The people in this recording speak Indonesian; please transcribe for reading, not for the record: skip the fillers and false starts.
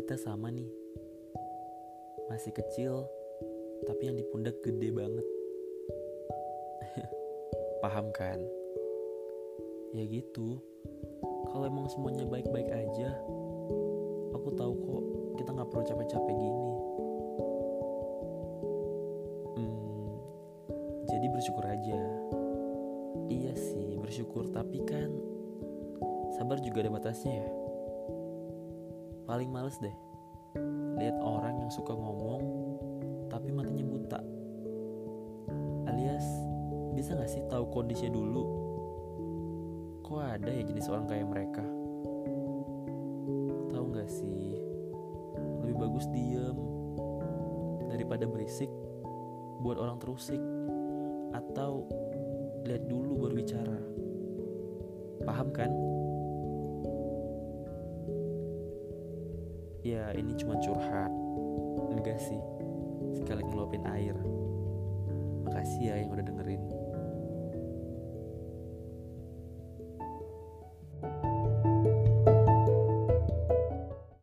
Kita sama nih, masih kecil, tapi yang di pundak gede banget. Paham kan? Ya gitu, kalau emang semuanya baik-baik aja, aku tahu kok kita gak perlu capek-capek gini. Jadi bersyukur aja. Iya sih, bersyukur, tapi kan sabar juga ada batasnya ya. Paling males deh lihat orang yang suka ngomong tapi matanya buta. Alias, bisa gak sih tahu kondisinya dulu? Kok ada ya jenis orang kayak mereka? Tahu gak sih, lebih bagus diem daripada berisik buat orang terusik. Atau lihat dulu baru bicara. Paham kan? Ya ini cuma curhat. Enggak sih, sekali ngeluapin air. Makasih ya yang udah dengerin.